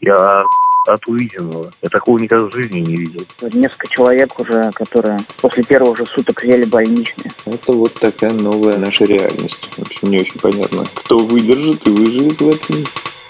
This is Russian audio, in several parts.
Я от увиденного. Я такого никогда в жизни не видел. Несколько человек уже, которые после первых же суток взяли больничные. Это вот такая новая наша реальность. В общем, не очень понятно, кто выдержит и выживет в этом.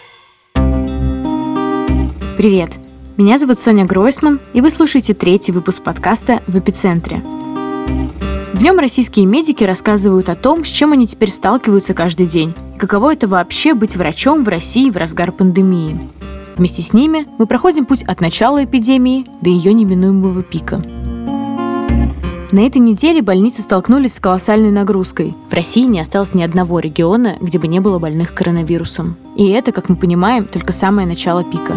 Привет! Меня зовут Соня Гройсман, и вы слушаете 3-й выпуск подкаста «В эпицентре». В нем российские медики рассказывают о том, с чем они теперь сталкиваются каждый день, и каково это вообще быть врачом в России в разгар пандемии. Вместе с ними мы проходим путь от начала эпидемии до ее неминуемого пика. На этой неделе больницы столкнулись с колоссальной нагрузкой. В России не осталось ни одного региона, где бы не было больных коронавирусом. И это, как мы понимаем, только самое начало пика.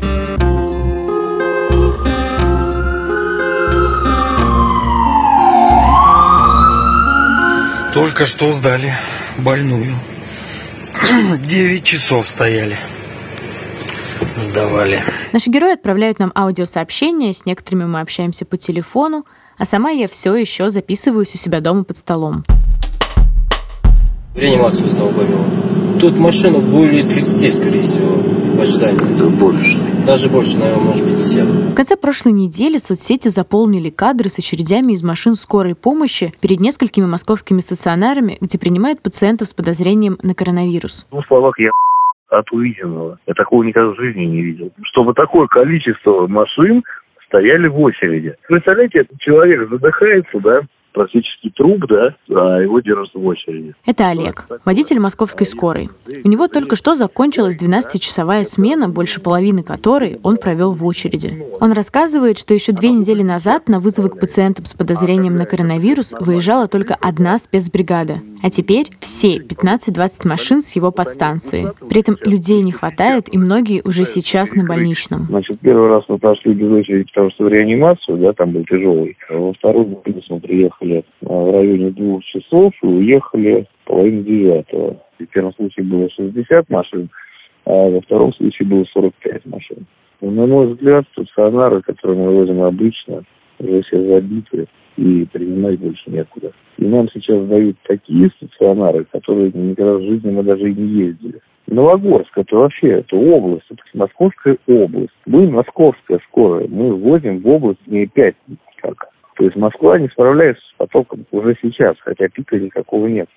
Только что сдали больную. 9 часов стояли. Сдавали. Наши герои отправляют нам аудиосообщения, с некоторыми мы общаемся по телефону, а сама я все еще записываюсь у себя дома под столом. Реанимацию сдал больного. Тут машина более 30, скорее всего, в ожидании. Да больше. Даже больше, наверное, может быть 10. В конце прошлой недели соцсети заполнили кадры с очередями из машин скорой помощи перед несколькими московскими стационарами, где принимают пациентов с подозрением на коронавирус. В словах я от увиденного. Я такого никогда в жизни не видел. Чтобы такое количество машин стояли в очереди. Представляете, этот человек задыхается, да? Практически труп, да, а его держат в очереди. Это Олег, водитель московской скорой. У него только что закончилась 12-часовая смена, больше половины которой он провел в очереди. Он рассказывает, что еще 2 недели назад на вызовы к пациентам с подозрением на коронавирус выезжала только одна спецбригада, а теперь все 15-20 машин с его подстанции. При этом людей не хватает, и многие уже сейчас на больничном. Значит, первый раз мы прошли без очереди, потому что в реанимацию, да, там был тяжелый. Во второй больницу мы приехали в районе 2 часов и уехали в половине 9. В первом случае было 60 машин, а во втором случае было 45 машин. На мой взгляд, стационары, которые мы возим обычно, уже все забиты и принимать больше некуда. И нам сейчас дают такие стационары, которые никогда в жизни мы даже и не ездили. Новогорск, это вообще, это область, это Московская область. Мы московская скорая, мы возим в область не 5 никак. То есть Москва не справляется с потоком уже сейчас, хотя пика никакого нет.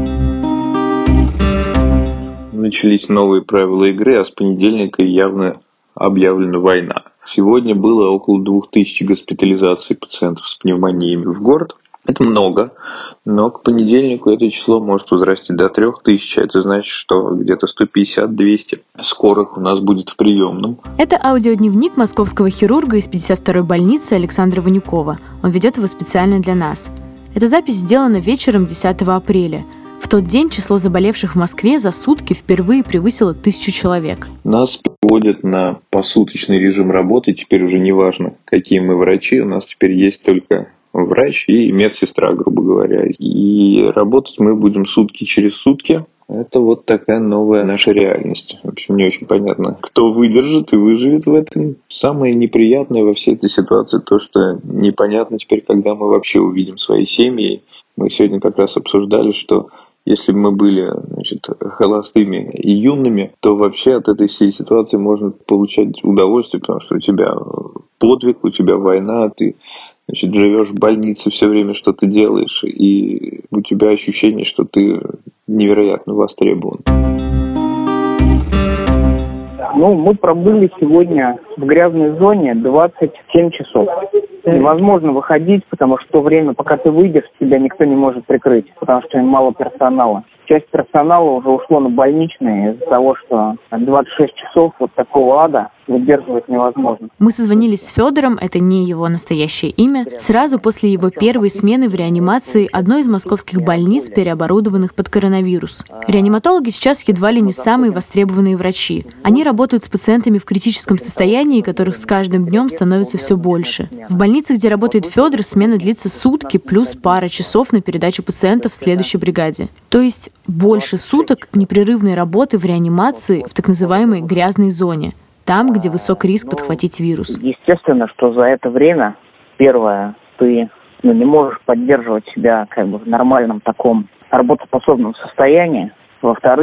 Начались новые правила игры, а с понедельника явно объявлена война. Сегодня было около 2000 госпитализаций пациентов с пневмониями в город. Это много, но к понедельнику это число может возрасти до 3000. Это значит, что где-то 150-200 скорых у нас будет в приемном. Это аудиодневник московского хирурга из 52-й больницы Александра Ванюкова. Он ведет его специально для нас. Эта запись сделана вечером 10 апреля. В тот день число заболевших в Москве за сутки впервые превысило 1000 человек. Нас переводят на посуточный режим работы. Теперь уже не важно, какие мы врачи. У нас теперь есть только врач и медсестра, грубо говоря. И работать мы будем сутки через сутки. Это вот такая новая наша реальность. В общем, не очень понятно, кто выдержит и выживет в этом. Самое неприятное во всей этой ситуации то, что непонятно теперь, когда мы вообще увидим свои семьи. Мы сегодня как раз обсуждали, что если бы мы были, холостыми и юными, то вообще от этой всей ситуации можно получать удовольствие, потому что у тебя подвиг, у тебя война, ты живешь в больнице, все время что-то делаешь, и у тебя ощущение, что ты невероятно востребован. Мы пробыли сегодня в грязной зоне 27 часов. Невозможно выходить, потому что в то время, пока ты выйдешь, тебя никто не может прикрыть, потому что мало персонала. Часть персонала уже ушло на больничные из-за того, что 26 часов вот такого ада выдерживать невозможно. Мы созвонились с Федором, это не его настоящее имя, сразу после его первой смены в реанимации одной из московских больниц, переоборудованных под коронавирус. Реаниматологи сейчас едва ли не самые востребованные врачи. Они работают с пациентами в критическом состоянии, которых с каждым днем становится все больше. В больнице, где работает Федор, смена длится сутки плюс пара часов на передачу пациентов в следующей бригаде. То есть больше суток непрерывной работы в реанимации в так называемой грязной зоне, там, где высок риск подхватить вирус. Естественно, что за это время, первое, ты не можешь поддерживать себя в нормальном таком работоспособном состоянии. Во-вторых,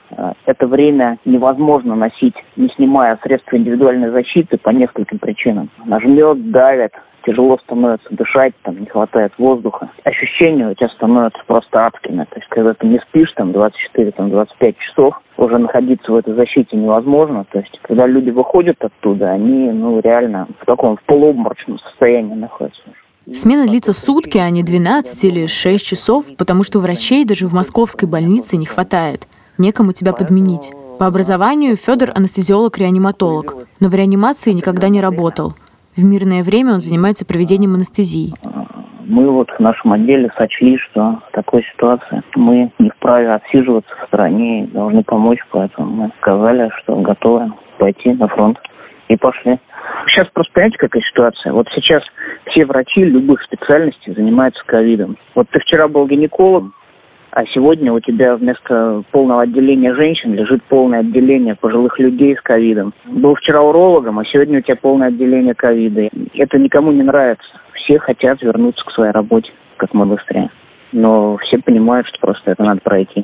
это время невозможно носить, не снимая средства индивидуальной защиты по нескольким причинам. Нажмет, давит, тяжело становится дышать, там не хватает воздуха. Ощущения у тебя становятся просто адскими. То есть, когда ты не спишь, 24-25 часов, уже находиться в этой защите невозможно. То есть, когда люди выходят оттуда, они, реально в таком полуобморочном состоянии находятся. Смена длится сутки, а не 12 или 6 часов, потому что врачей даже в московской больнице не хватает. Некому тебя подменить. По образованию Федор анестезиолог-реаниматолог, но в реанимации никогда не работал. В мирное время он занимается проведением анестезии. Мы в нашем отделе сочли, что в такой ситуации мы не вправе отсиживаться в стороне и должны помочь, поэтому мы сказали, что готовы пойти на фронт. И пошли. Сейчас просто понимаете, какая ситуация? Вот сейчас все врачи любых специальностей занимаются ковидом. Вот ты вчера был гинекологом, а сегодня у тебя вместо полного отделения женщин лежит полное отделение пожилых людей с ковидом. Был вчера урологом, а сегодня у тебя полное отделение ковида. Это никому не нравится. Все хотят вернуться к своей работе как можно быстрее. Но все понимают, что просто это надо пройти.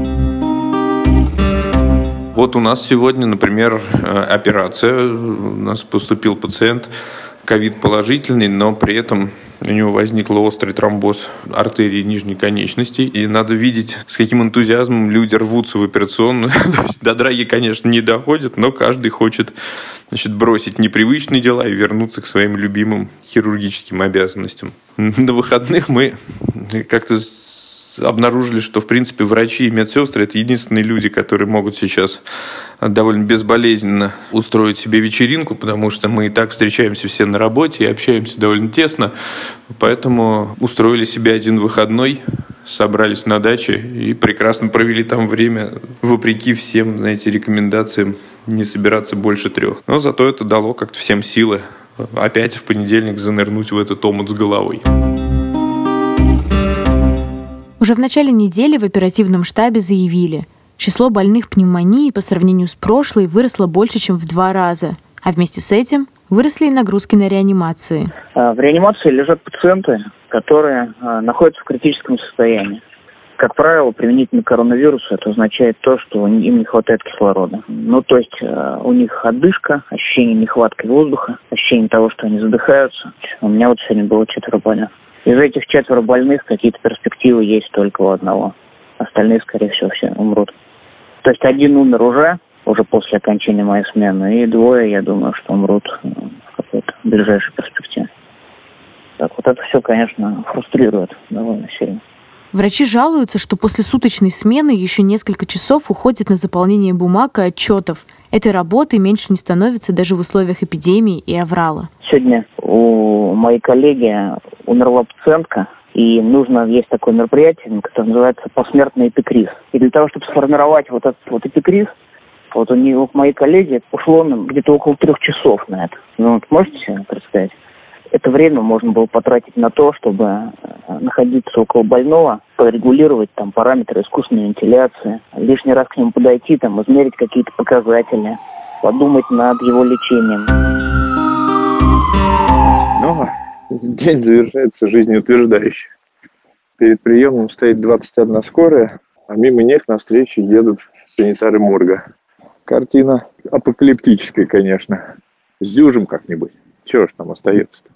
Вот у нас сегодня, например, операция. У нас поступил пациент ковид положительный, но при этом у него возник острый тромбоз артерии нижней конечности. И надо видеть, с каким энтузиазмом люди рвутся в операционную. До драки, конечно, не доходят, но каждый хочет, бросить непривычные дела и вернуться к своим любимым хирургическим обязанностям. На выходных мы как-то обнаружили, что, в принципе, врачи и медсестры – это единственные люди, которые могут сейчас довольно безболезненно устроить себе вечеринку, потому что мы и так встречаемся все на работе и общаемся довольно тесно. Поэтому устроили себе один выходной, собрались на даче и прекрасно провели там время, вопреки всем, рекомендациям не собираться больше 3. Но зато это дало как-то всем силы опять в понедельник занырнуть в этот омут с головой. Уже в начале недели в оперативном штабе заявили, число больных пневмонией по сравнению с прошлой выросло больше, чем в 2 раза. А вместе с этим выросли и нагрузки на реанимации. В реанимации лежат пациенты, которые находятся в критическом состоянии. Как правило, применительно к коронавирусу это означает то, что им не хватает кислорода. То есть у них одышка, ощущение нехватки воздуха, ощущение того, что они задыхаются. У меня сегодня было 4 больных. Из этих 4 больных какие-то перспективы есть только у одного. Остальные, скорее всего, все умрут. То есть 1 умер уже после окончания моей смены, и 2, я думаю, что умрут в какой-то ближайшей перспективе. Так, это все, конечно, фрустрирует довольно сильно. Врачи жалуются, что после суточной смены еще несколько часов уходит на заполнение бумаг и отчетов. Этой работы меньше не становится даже в условиях эпидемии и аврала. Сегодня у моей коллеги умерла пациентка, и есть такое мероприятие, которое называется посмертный эпикриз. И для того, чтобы сформировать этот эпикриз, у нее, моей коллеги, ушло где-то около 3 часов на это. Можете себе представить? Это время можно было потратить на то, чтобы находиться около больного, порегулировать параметры искусственной вентиляции, лишний раз к нему подойти, измерить какие-то показатели, подумать над его лечением. День завершается жизнеутверждающе. Перед приемом стоит 21 скорая, а мимо них навстречу едут санитары морга. Картина апокалиптическая, конечно. Сдюжим как-нибудь. Чего ж там остается-то?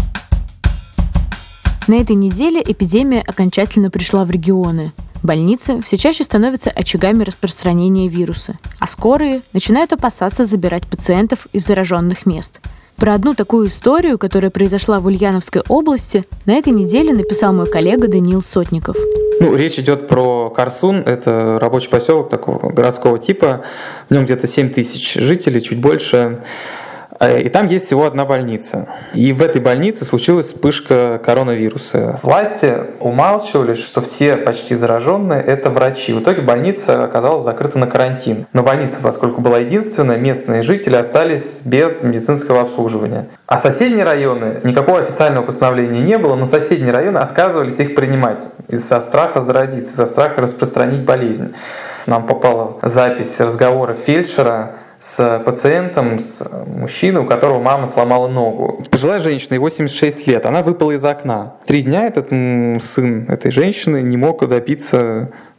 На этой неделе эпидемия окончательно пришла в регионы. Больницы все чаще становятся очагами распространения вируса, а скорые начинают опасаться забирать пациентов из зараженных мест. Про одну такую историю, которая произошла в Ульяновской области, на этой неделе написал мой коллега Даниил Сотников. Речь идет про Корсун. Это рабочий поселок такого городского типа. В нем где-то 7 тысяч жителей, чуть больше. И там есть всего 1 больница. И в этой больнице случилась вспышка коронавируса. Власти умалчивали, что все почти зараженные – это врачи. В итоге больница оказалась закрыта на карантин. Но больница, поскольку была единственная, местные жители остались без медицинского обслуживания. А соседние районы, никакого официального постановления не было, но соседние районы отказывались их принимать из-за страха заразиться, из-за страха распространить болезнь. Нам попала запись разговора фельдшера с пациентом, с мужчиной, у которого мама сломала ногу. Пожилая женщина, ей 86 лет, она выпала из окна. 3 дня этот сын этой женщины не мог добиться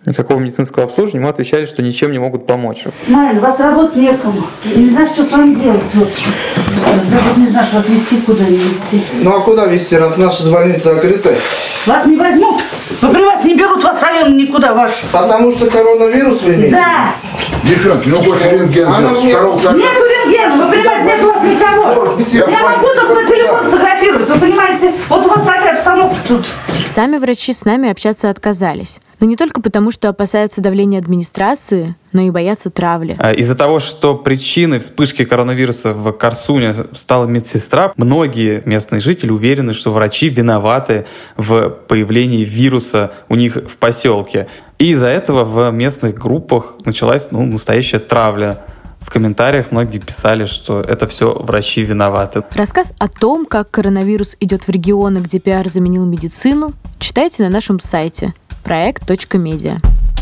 никакого медицинского обслуживания. Ему отвечали, что ничем не могут помочь. Смайл, вас работать некому. Я не знаю, что с вами делать. Вот. Даже не знаю, вас везти, куда не везти. Ну а куда везти, раз наша больница закрыта? Вас не возьмут. Но при вас не берут вас в район никуда ваш. Потому что коронавирус вы имеете? Да. Девчонки, ну хоть рентген сделать. Нету рентгена, вы понимаете, нет у вас никого. Я могу только на телефон сфотографировать, вы понимаете? Вот у вас такая обстановка тут. Сами врачи с нами общаться отказались. Но не только потому, что опасаются давления администрации, но и боятся травли. Из-за того, что причиной вспышки коронавируса в Карсуне стала медсестра, многие местные жители уверены, что врачи виноваты в появлении вируса у них в поселке. И из-за этого в местных группах началась настоящая травля. В комментариях многие писали, что это все врачи виноваты. Рассказ о том, как коронавирус идет в регионы, где пиар заменил медицину, читайте на нашем сайте проект.медиа.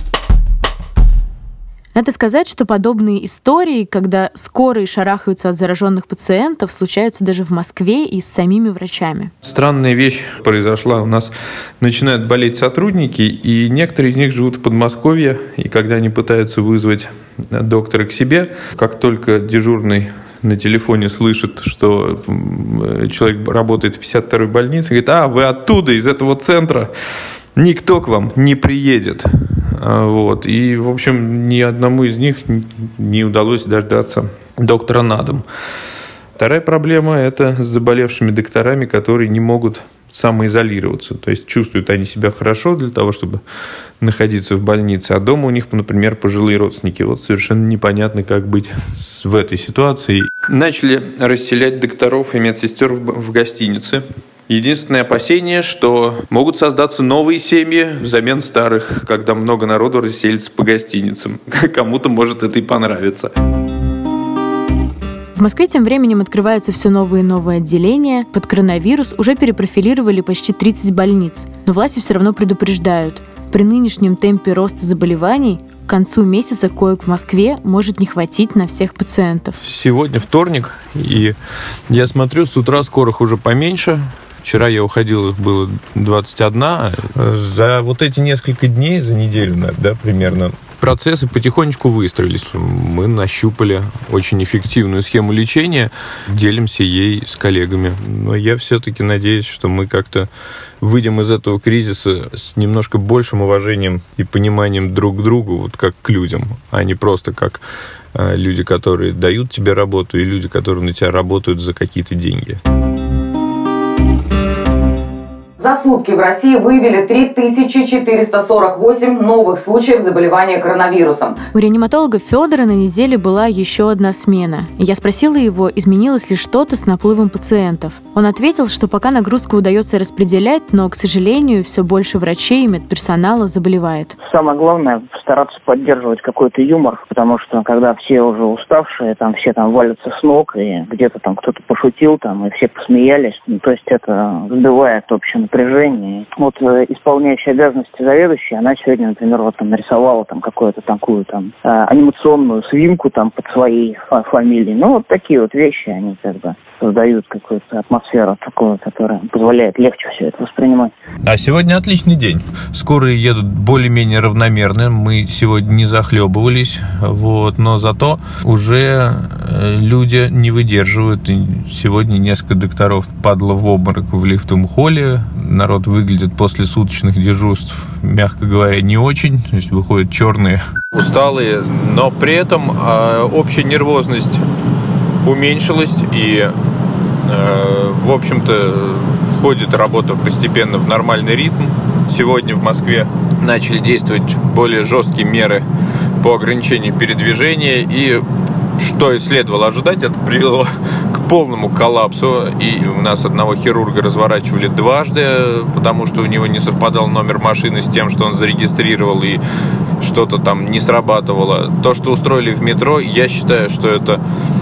Надо сказать, что подобные истории, когда скорые шарахаются от зараженных пациентов, случаются даже в Москве и с самими врачами. Странная вещь произошла. У нас начинают болеть сотрудники, и некоторые из них живут в Подмосковье, и когда они пытаются вызвать доктора к себе, как только дежурный на телефоне слышит, что человек работает в 52-й больнице, говорит: вы оттуда, из этого центра, никто к вам не приедет. Вот. И, в общем, ни одному из них не удалось дождаться доктора на дом. Вторая проблема – это с заболевшими докторами, которые не могут самоизолироваться. То есть чувствуют они себя хорошо для того, чтобы находиться в больнице, а дома у них, например, пожилые родственники. Вот совершенно непонятно, как быть в этой ситуации. Начали расселять докторов и медсестер в гостиницы. Единственное опасение, что могут создаться новые семьи взамен старых, когда много народу расселится по гостиницам. Кому-то может это и понравиться. В Москве тем временем открываются все новые и новые отделения. Под коронавирус уже перепрофилировали почти 30 больниц. Но власти все равно предупреждают. При нынешнем темпе роста заболеваний к концу месяца коек в Москве может не хватить на всех пациентов. Сегодня вторник, и я смотрю, с утра скорых уже поменьше. Вчера я уходил, их было 21. За вот эти несколько дней, за неделю, примерно, процессы потихонечку выстроились. Мы нащупали очень эффективную схему лечения, делимся ей с коллегами. Но я все-таки надеюсь, что мы как-то выйдем из этого кризиса с немножко большим уважением и пониманием друг к другу, вот как к людям, а не просто как люди, которые дают тебе работу, и люди, которые на тебя работают за какие-то деньги. За сутки в России выявили 3448 новых случаев заболевания коронавирусом. У реаниматолога Федора на неделе была еще одна смена. Я спросила его, изменилось ли что-то с наплывом пациентов. Он ответил, что пока нагрузку удается распределять, но, к сожалению, все больше врачей и медперсонала заболевает. Самое главное – стараться поддерживать какой-то юмор, потому что когда все уже уставшие, все валятся с ног, и где-то кто-то пошутил, и все посмеялись. То есть это сбивает общее напряжение. Вот исполняющая обязанности заведующая, она сегодня, например, нарисовала какую-то такую анимационную свинку под своей фамилией. Вот такие вот вещи, они создают какую-то атмосферу такую, которая позволяет легче все это воспринимать. А сегодня отличный день. Скорые едут более-менее равномерно. Мы сегодня не захлебывались, но зато уже люди не выдерживают. И сегодня несколько докторов падало в обморок в лифтовом холле. Народ выглядит после суточных дежурств, мягко говоря, не очень. То есть выходят черные, усталые, но при этом общая нервозность уменьшилась, и, в общем-то, входит работа постепенно в нормальный ритм. Сегодня в Москве начали действовать более жесткие меры по ограничению передвижения, и что и следовало ожидать, это привело к полному коллапсу. И у нас одного хирурга разворачивали дважды, потому что у него не совпадал номер машины с тем, что он зарегистрировал, и что-то не срабатывало. То, что устроили в метро, я считаю, что это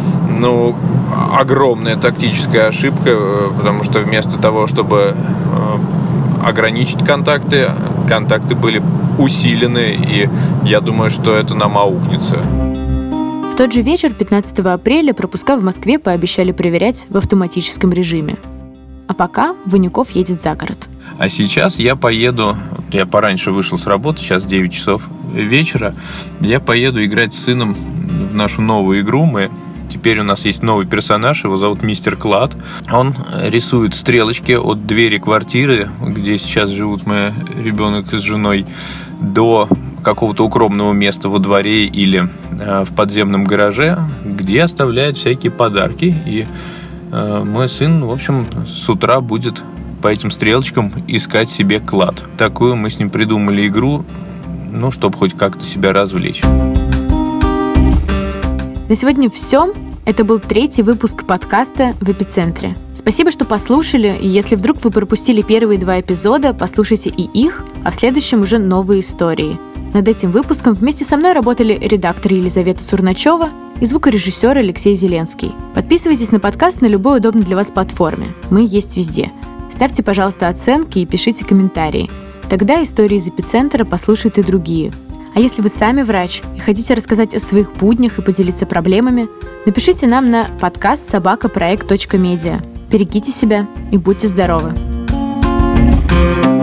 огромная тактическая ошибка, потому что вместо того, чтобы ограничить контакты были усилены, и я думаю, что это нам аукнется. В тот же вечер, 15 апреля, пропуска в Москве пообещали проверять в автоматическом режиме. А пока Ванюков едет за город. А сейчас я поеду я пораньше вышел с работы, сейчас 9 часов вечера, я поеду играть с сыном в нашу новую игру. Теперь у нас есть новый персонаж, его зовут Мистер Клад. Он рисует стрелочки от двери квартиры, где сейчас живут мой ребенок с женой, до какого-то укромного места во дворе или в подземном гараже, где оставляет всякие подарки. И мой сын, в общем, с утра будет по этим стрелочкам искать себе клад. Такую мы с ним придумали игру, чтобы хоть как-то себя развлечь. На сегодня все. Это был 3-й выпуск подкаста «В эпицентре». Спасибо, что послушали, и если вдруг вы пропустили первые 2 эпизода, послушайте и их, а в следующем уже новые истории. Над этим выпуском вместе со мной работали редактор Елизавета Сурначева и звукорежиссер Алексей Зеленский. Подписывайтесь на подкаст на любой удобной для вас платформе. Мы есть везде. Ставьте, пожалуйста, оценки и пишите комментарии. Тогда истории из эпицентра послушают и другие. А если вы сами врач и хотите рассказать о своих буднях и поделиться проблемами, напишите нам на podcast@proект.media. Берегите себя и будьте здоровы!